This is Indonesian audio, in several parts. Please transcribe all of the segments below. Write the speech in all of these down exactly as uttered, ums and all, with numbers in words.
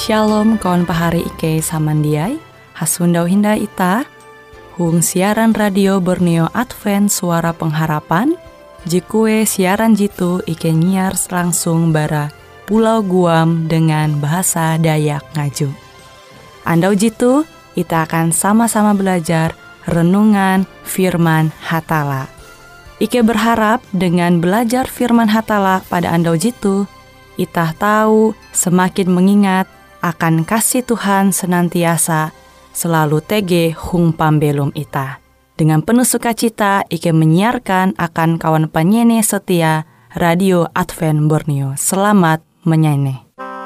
Shalom kawan pahari Ike samandiai, hasundau hinda ita, hung siaran radio Borneo Advent Suara Pengharapan, jikue siaran jitu Ike nyiar langsung bara Pulau Guam dengan bahasa Dayak Ngaju. Andau jitu, kita akan sama-sama belajar renungan firman Hatala. Ike berharap dengan belajar firman Hatala pada andau jitu, itah tahu semakin mengingat akan kasih Tuhan senantiasa selalu tege hung pambelum ita. Dengan penuh sukacita, Ike menyiarkan akan kawan penyanyi setia Radio Advent Borneo. Selamat menyanyi.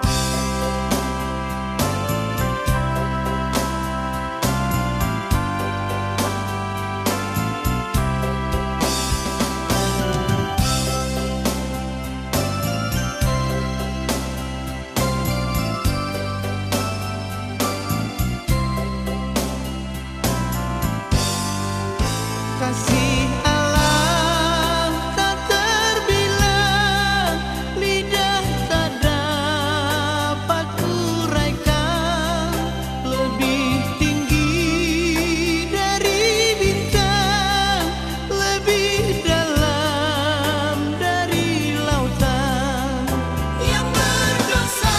Kasih Allah tak terbilang, lidah tak dapat uraikan, lebih tinggi dari bintang, lebih dalam dari lautan. Yang berdosa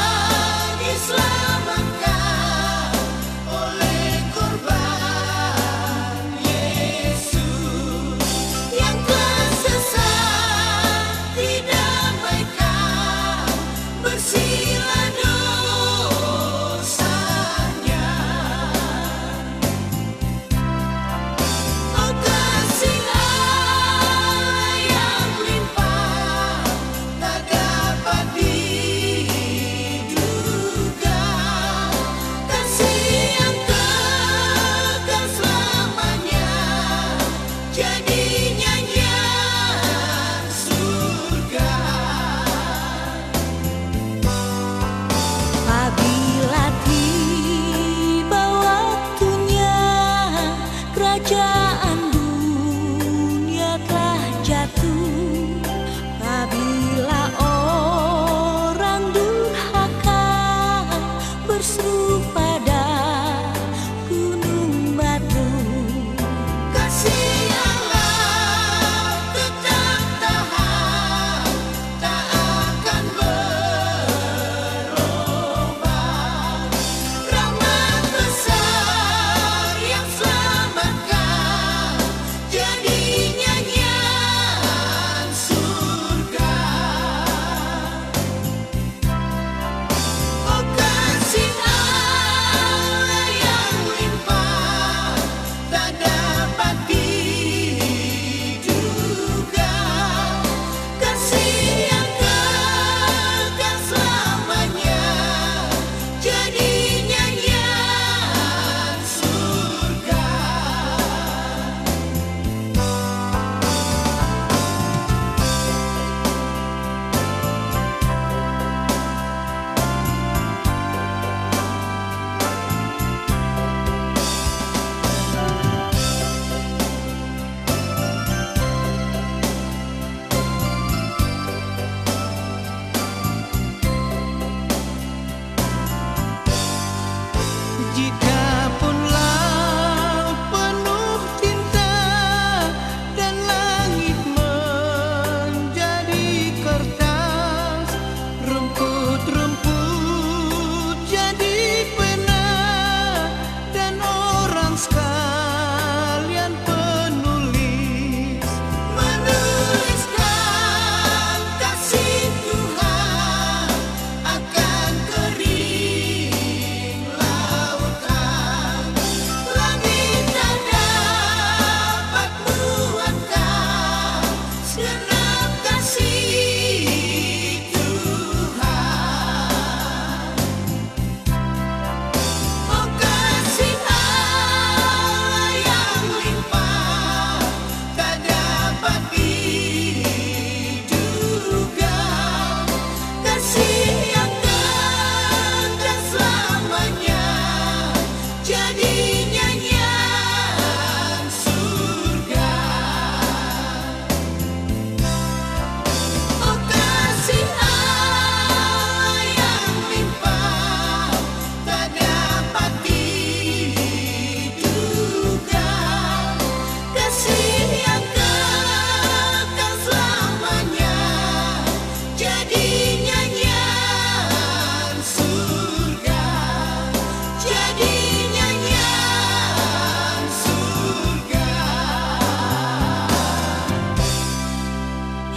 diselamatkan oleh korban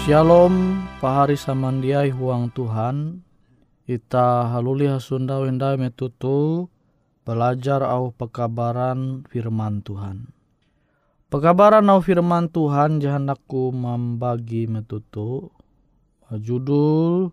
Shalom, pahari samandiai huang Tuhan. Ita haluli hasunda wenda metutu belajar au pekabaran firman Tuhan. Pekabaran au firman Tuhan jahandaku membagi metutu judul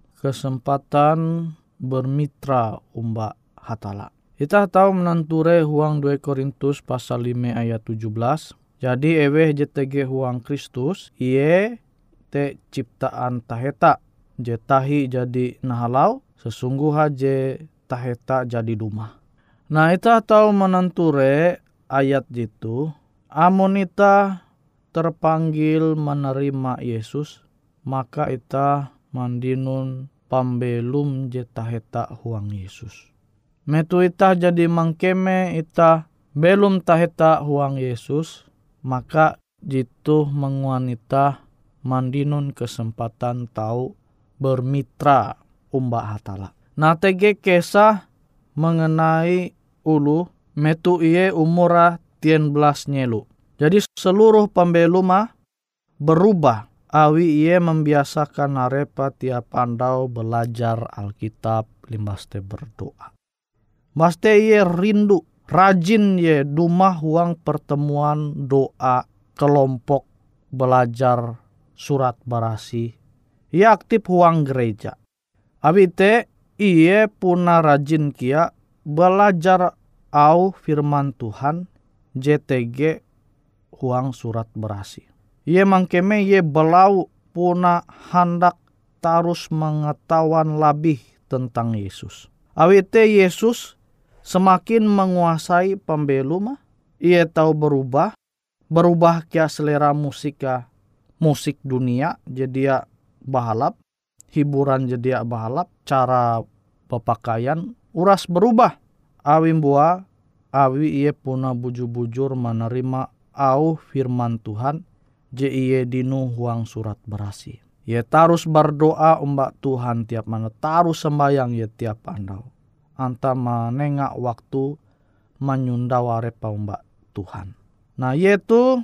kesempatan bermitra umba hatala. Ita tahu menanture huang dua Korintus pasal lima ayat tujuh belas. Jadi eweh J T G huang Kristus iye te ciptaan taheta je tahi jadi nahalau sesungguh je taheta jadi dumah. Nah ita tahu menanture ayat itu amun ita terpanggil menerima Yesus maka ita mandinun pambelum je taheta huang Yesus. Metu ita jadi mangkeme ita belum taheta huang Yesus maka jitu menguanita mandinun kesempatan tahu bermitra umba hatala. Nah tege kesah mengenai ulu metu iye umura tien belas nyelu. Jadi seluruh pembeluma berubah awi iye membiasakan arepa tiap andau belajar Alkitab limbaste berdoa. Baste iye rindu rajin ye dumah huang pertemuan doa kelompok belajar surat barasi. Ia aktif huang gereja. Abite iye puna rajin kia belajar au firman Tuhan J T G huang surat barasi. Ia mangkeme iye belau puna hendak tarus mengetahuan lebih tentang Yesus. Awite Yesus semakin menguasai pembelum, ia tahu berubah, berubah kia selera musika musik dunia jadi bahalap, hiburan jadi bahalap, cara berpakaian uras berubah. Awi bua, awi iye puna bujur-bujur menerima au firman Tuhan, je iye dinu huang surat berasi. Ye tarus berdoa umbak Tuhan tiap mana, tarus sembayang ye tiap andau. Anta menengak waktu menyundau arepa umbak Tuhan. Nah yaitu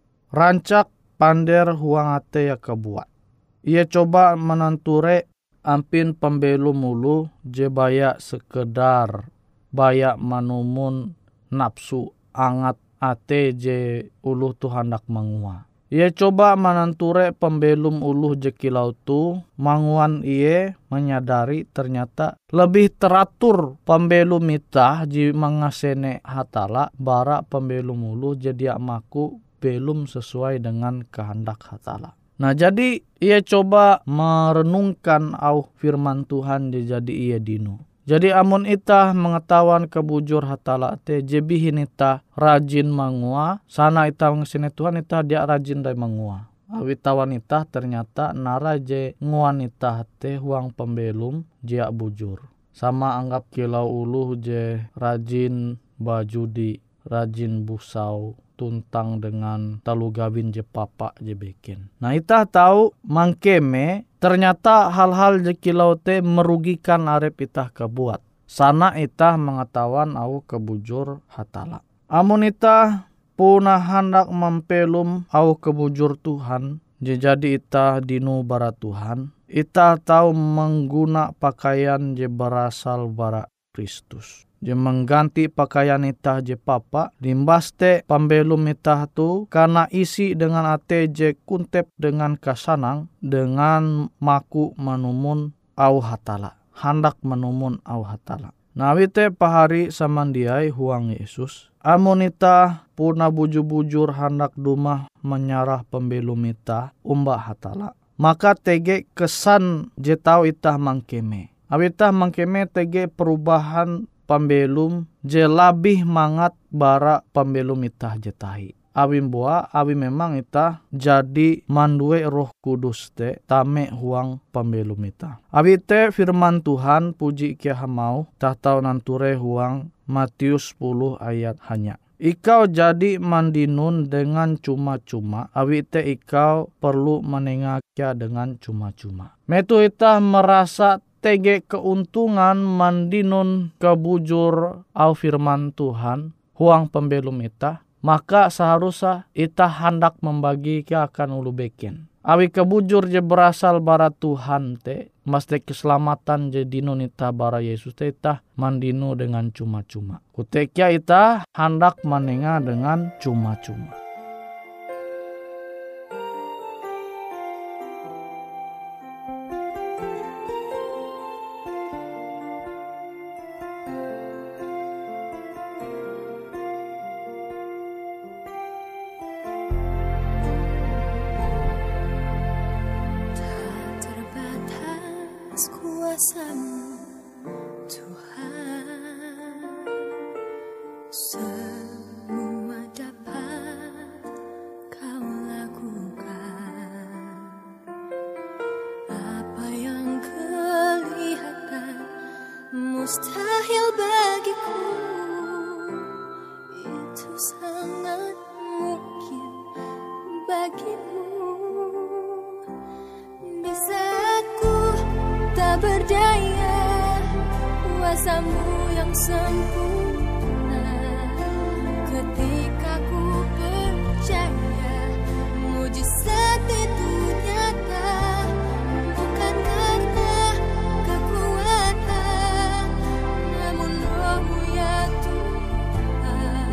rancak pander huang ate ya kebuat. Ia coba menanture ampin pembelum mulu je bayak sekedar bayak manumun nafsu angat ate je uluh tu hendak mengua. Ia coba menanture pembelum uluh je kilau tu manguan iye menyadari ternyata lebih teratur pembelum itah ji mengasene hatala bara pembelum uluh jadi amaku belum sesuai dengan kehendak hatala. Nah jadi ia coba merenungkan au firman Tuhan jadi ia dinu. Jadi amun itah mengetahuan kebujur hatala te jebihin itah rajin mangua sana itah mengesene Tuhan itah dia rajin dai mangua. Awi tawan itah ternyata nara je nguan itah te huang pembelum jia bujur. Sama anggap kilau uluh je rajin bajudi, rajin busau, tuntang dengan talu gawin je papa je bikin. Nah itah tahu mangkeme ternyata hal-hal je kilau te merugikan arep itah kebuat. Sana itah mengetahuan au kebujur hatala. Amun itah puna hendak mempelum au kebujur Tuhan, jadi itah dinu bara Tuhan, itah tahu mengguna pakaian je berasal bara Kristus. Je mengganti pakaian itah je papa, limbaste pambelum itah tu karena isi dengan ate je kuntep dengan kasanang, dengan maku menumun au hatala. Hendak menumun au hatala. Nah wite pahari samandiai huang Yesus. Amun itah puna bujur-bujur hendak dumah menyarah pembelum itah umba hatala. Maka tege kesan je tau itah mangkeme. Awitah mangkeme tege perubahan pambelum je labih mangat bara pambelum itah jetahi. Awim boa, awi memang itah jadi mandue Roh Kudus te tame huang pambelum itah. Awi te firman Tuhan puji kia hamau tah tau nanture huang Matius sepuluh ayat hanya. Ikau jadi mandinun dengan cuma-cuma, awi te ikau perlu menengakia dengan cuma-cuma. Metu itah merasa tege keuntungan mandinun kebujur au firman Tuhan huang pembelum itah, maka seharusnya itah hendak membagi ke akan ulu beken. Awi kebujur je berasal bara Tuhan te, mesti keselamatan je dino nita bara Yesus te itah mandino dengan cuma-cuma. Kutekia itah hendak menenga dengan cuma-cuma. Kuasa-Mu Tuhan, semua dapat Kau lakukan. Apa yang kelihatan mustahil bagiku, itu sangat mungkin bagimu. Bisa tak berdaya, kuasa-Mu yang sempurna. Ketika ku percaya mujizat itu nyata, bukan karena kekuatan, namun Roh-Mu ya Tuhan.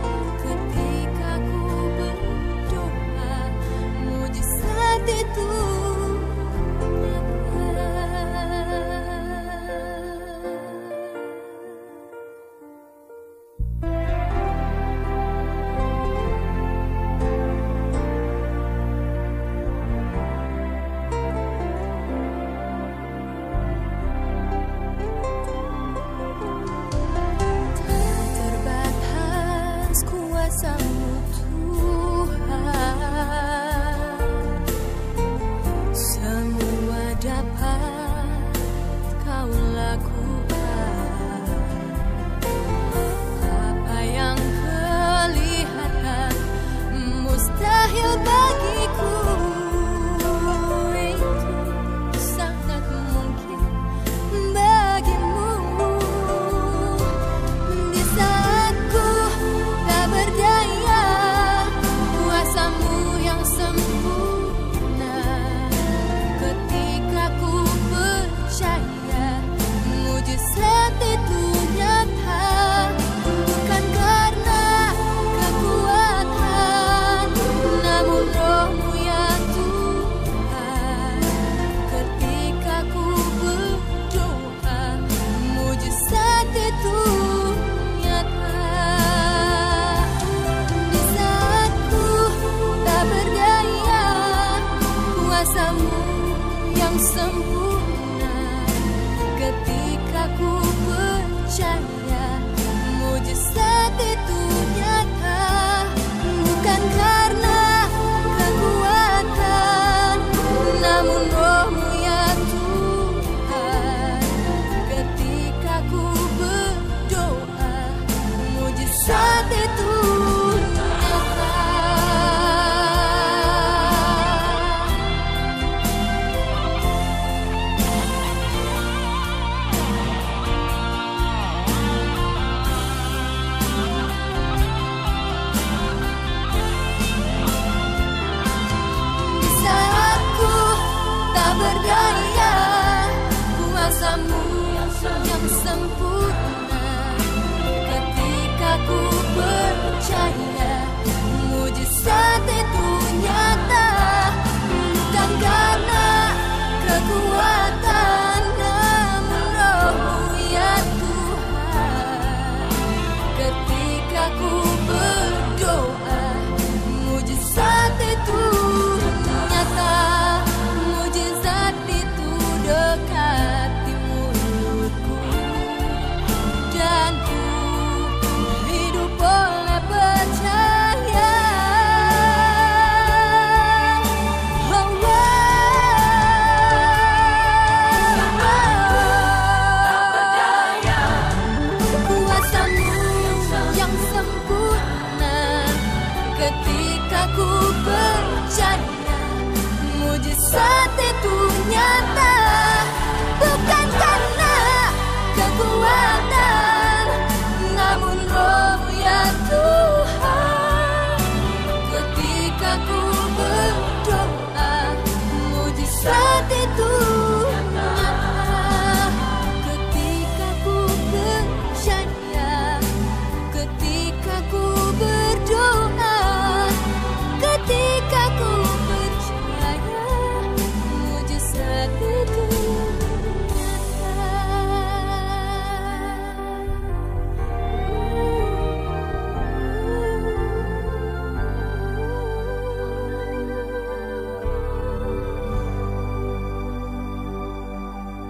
Ketika ku berdoa, mujizat itu Ku berdoa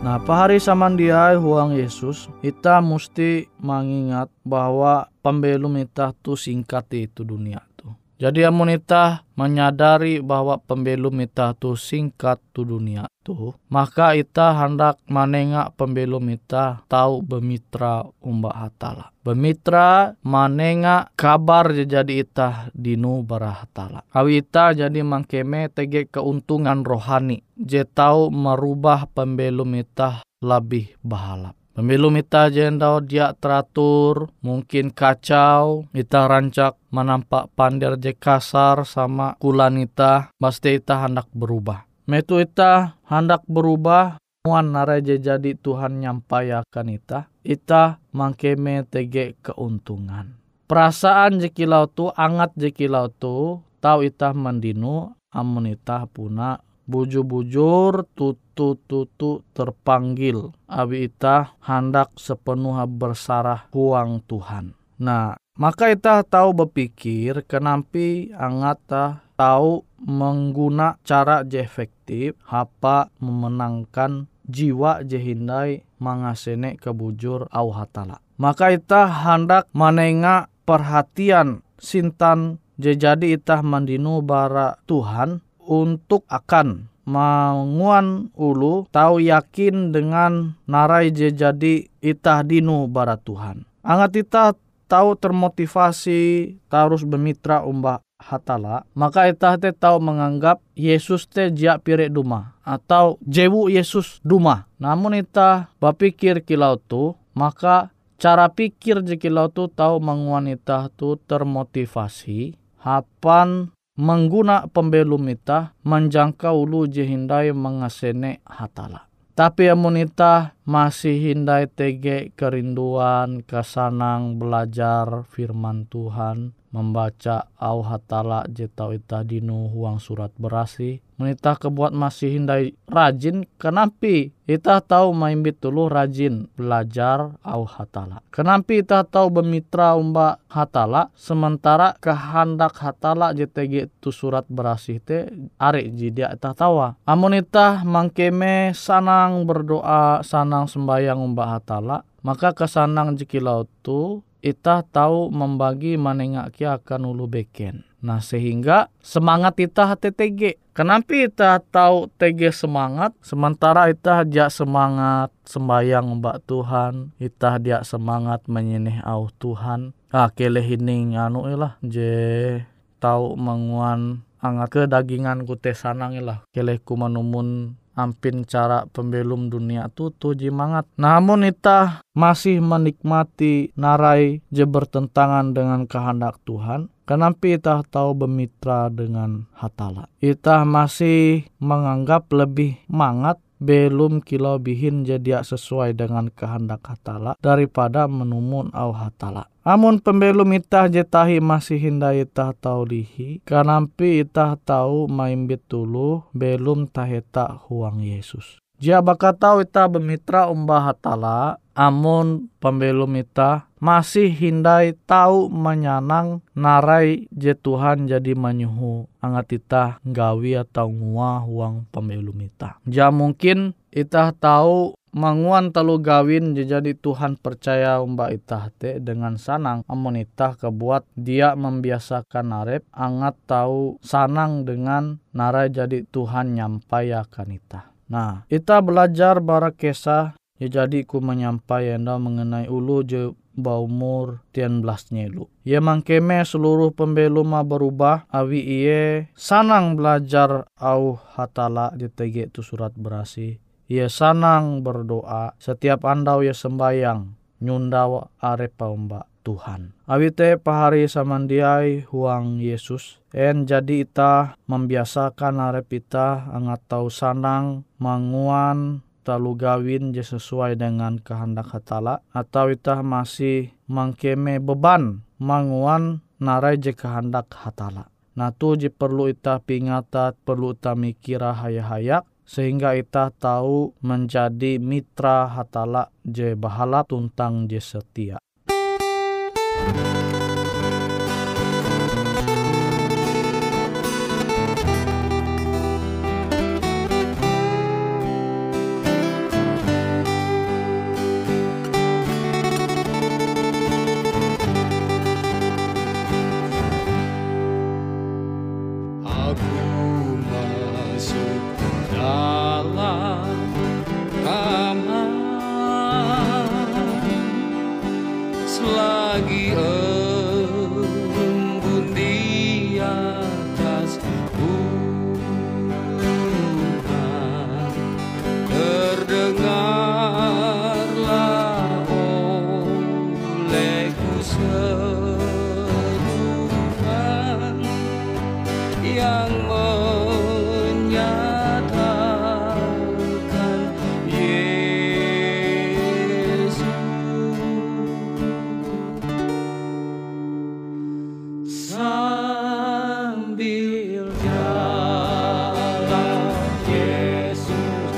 Nah, pahari samandiai huang Yesus, kita mesti mengingat bahwa pembelum kita tu singkat itu dunia tu. Jadi amun kita menyadari bahwa pembelum kita tu singkat tu dunia tu, maka kita hendak menengak pembelum kita tahu bermitra umba hatala. Bermitra menengak kabar jadi ita dinu bara hatala. Awi ita jadi mangkeme tege keuntungan rohani. Je tahu merubah pembelum ita lebih bahalap. Pembelum ita jendau dia teratur, mungkin kacau, ita rancak menampak pandir je kasar sama kulan ita, pasti ita hendak berubah. Metu ita hendak berubah, muan narai je jadi Tuhan nyampayakan ita, ita mangkeme tege keuntungan. Perasaan je kilau tu, angat je kilau tu, tau ita mendinu, amun ita puna bujur-bujur tutu-tutu terpanggil abi ita hendak sepenuh bersarah huang Tuhan. Nah, maka ita tahu berpikir kenampi angata tahu mengguna cara je efektif hapa memenangkan jiwa je hindai mangasene kebujur au hatala. Maka ita hendak menengak perhatian sintan je jadi ita mendinu bara Tuhan untuk akan manguan ulu tahu yakin dengan narai je jadi itah dinu bara Tuhan. Angat ita tahu termotivasi terus bermitra umba hatala, maka ita te tahu menganggap Yesus te jia pirek duma atau jewu Yesus duma. Namun ita bapikir kilau tu, maka cara pikir je kilau tu tahu manguan ita tu termotivasi hapan mengguna pembelum ita menjangkau ulu je hindai mengasene hatala. Tapi amun ita masih hindai tege kerinduan kasanang belajar firman Tuhan, membaca au hatala je tau ita dinu huang surat berasi, mun ita kebuat masih hindai rajin, kenampi ita tahu maimbit dulu rajin belajar au hatala. Kenampi ita tahu bermitra umba hatala, sementara kehendak hatala je tege tu surat berasi te arek jidia ita tawa. Amun ita mangkeme sanang berdoa, sanang sembayang umba hatala, maka kesanang jikilau tu ita tahu membagi manengak kia akan ulu beken. Nah, sehingga semangat ita hati tege. Kenapa ita tahu tege semangat, sementara ita dia semangat sembayang mbak Tuhan, ita dia semangat menyeneh au Tuhan. Ah, keleh hining anu lah, je tahu menguan angat ke dagingan ku teh sanang lah. Keleh ku menumun ampin cara pembelum dunia tu tu jimangat. Namun ita masih menikmati narai je bertentangan dengan kehendak Tuhan. Kenapa ita tahu bermitra dengan hatala? Ita masih menganggap lebih mangat belum kilau bihin jadi sesuai dengan kehendak hatala daripada menumun au hatala. Amun pembelum ita jetahi masih hindai ita tahu lihi, kanampi ita tahu maimbit dulu belum taheta huang Yesus. Jia baka tahu ita bermitra umba hatala, amun pembelum ita masih hindai tahu menyanang narai je Tuhan jadi menyuhu angat ita nggawi atau ngua huang pembelum ita. Jia mungkin ita tahu manguan telu gawin jadi Tuhan percaya umba ita te dengan sanang, amun ita kebuat dia membiasakan arep angat tahu sanang dengan narai jadi Tuhan nyampayakan ita. Nah, ita belajar bara kisah ya jadi ku menyampai enda mengenai ulu je baumur tian belas nyelu. Ia mangkeme seluruh pembelum berubah awi iye sanang belajar au hatala di tege tu surat berasi. Ia sanang berdoa setiap andau ia sembayang nyundau arepa umba Tuhan. Awi te pahari samandiai huang Yesus. En jadi ita membiasakan arep ita angat tau sanang manguan talu gawin je sesuai dengan kehendak hatala, atau ita masih mangkeme beban manguan narai je kehendak hatala. Nah tu je perlu ita pingatat, perlu ita mikira hayak-hayak sehingga ita tahu menjadi mitra hatala je bahalap tuntang je setia. yang menyatakan Yesus. Sambil jalan Yesus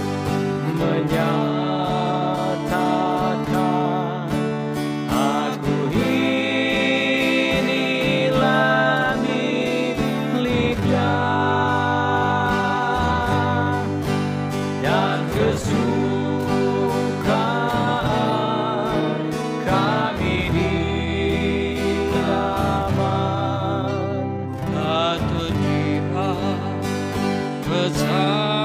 menyatakan, aku inilah miliknya, dan kesukaan kami di dalam tak terkira besarnya.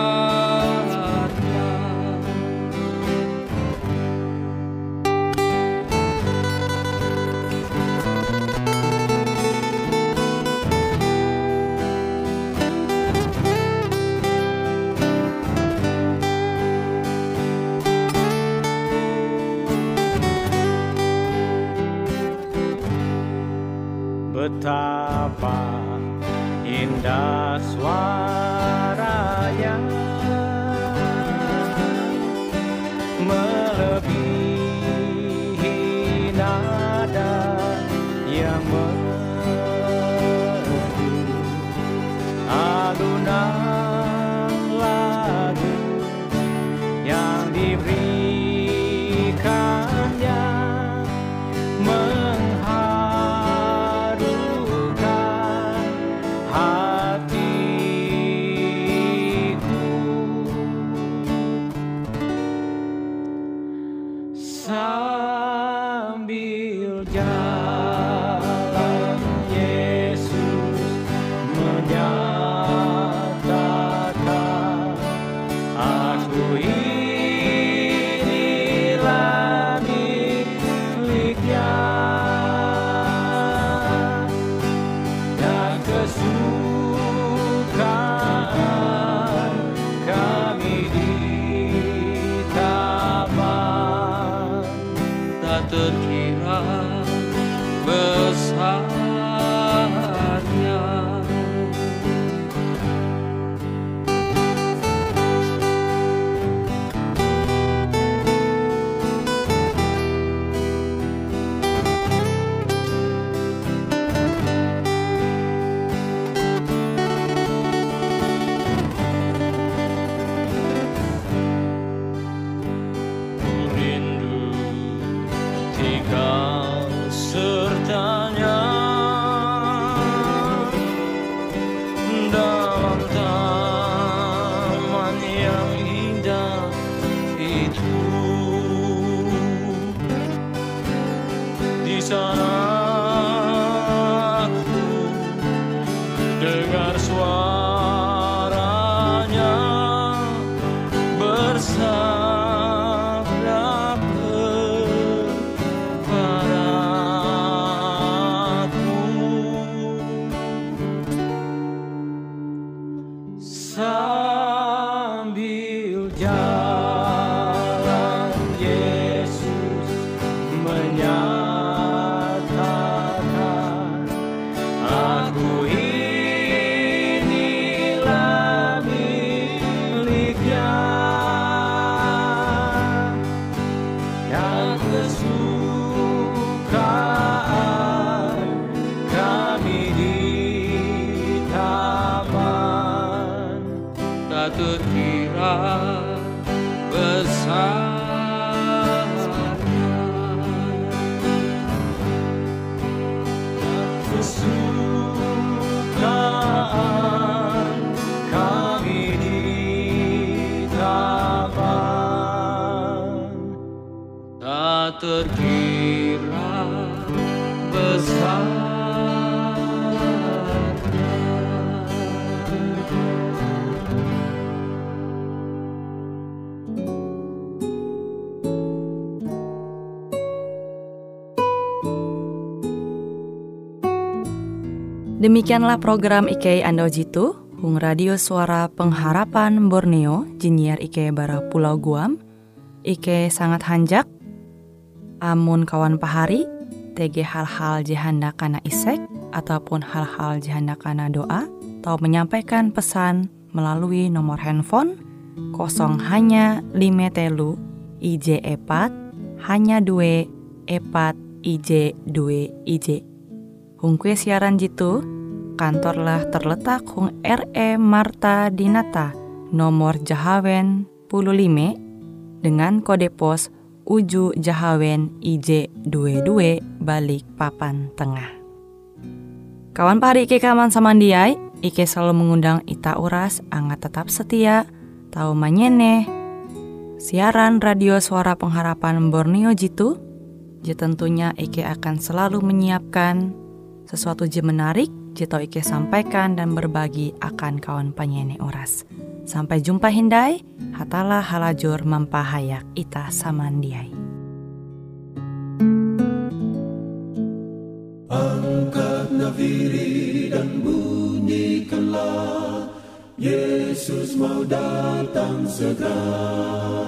Betapa indah suaranya, melebihi nada yang merdu, alunan lagu yang diberikannya mengharukan hatiku. Sambil jalan Yesus menyatakan, aku inilah miliknya, dan kesukaan kami di taman tak terkira besarnya. Rindu tinggal sertanya dalam taman yang indah itu. Di sana aku dengar suaranya bersabda kepadaku, sambil jalan Yesus menyatakan, aku inilah miliknya, yang kesukaan kami di taman tak terkira besarnya. Kesukaan kami di taman tak terkira besarnya. Demikianlah program I K Ando Jitu, Hung Radio Suara Pengharapan Borneo, Jinnyar I K Bara Pulau Guam, I K sangat hanjak, amun kawan pahari, tege hal-hal jehanda kana isek, ataupun hal-hal jihandakana doa atau menyampaikan pesan melalui nomor handphone kosong hanya lima telu I J epat hanya dua epat I J dua I J. Hung kue siaran jitu kantorlah terletak hung R E Marta Dinata nomor Jahawen puluh lima dengan kode pos Uju Jahawen I J dua dua balik papan tengah. Kawan pahari Ike kaman samandiai, Ike selalu mengundang ita uras angga tetap setia tahu manyene siaran radio suara pengharapan Borneo jitu. Je tentunya Ike akan selalu menyiapkan sesuatu je menarik jito Ike sampaikan dan berbagi akan kawan penyanyi oras. Sampai jumpa hindai, hatalah halajur mempahayak ita samandiai. Angkat nafiri dan bunyikanlah, Yesus mau datang segera.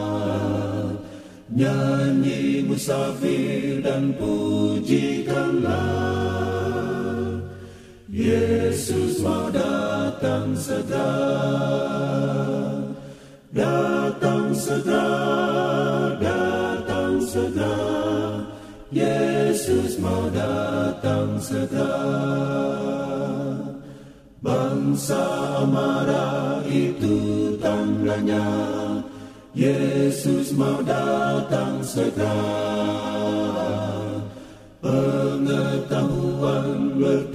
Nyanyi musafir dan pujikanlah, Yesus mau datang segera. Datang segera, datang segera, Yesus mau datang segera. Bangsa marah itu tandanya, Yesus mau datang segera. Pengetahuan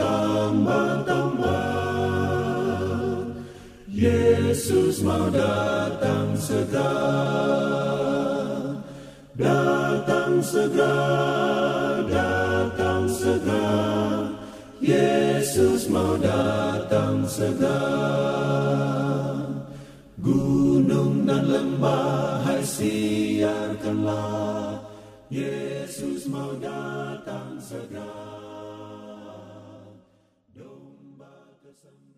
bertambah-tambah, Yesus mau datang segera. Datang segera, datang segera, Yesus mau datang segera. Gunung dan lembah hai siarkanlah, Yesus mau datang segera. Domba tersembelih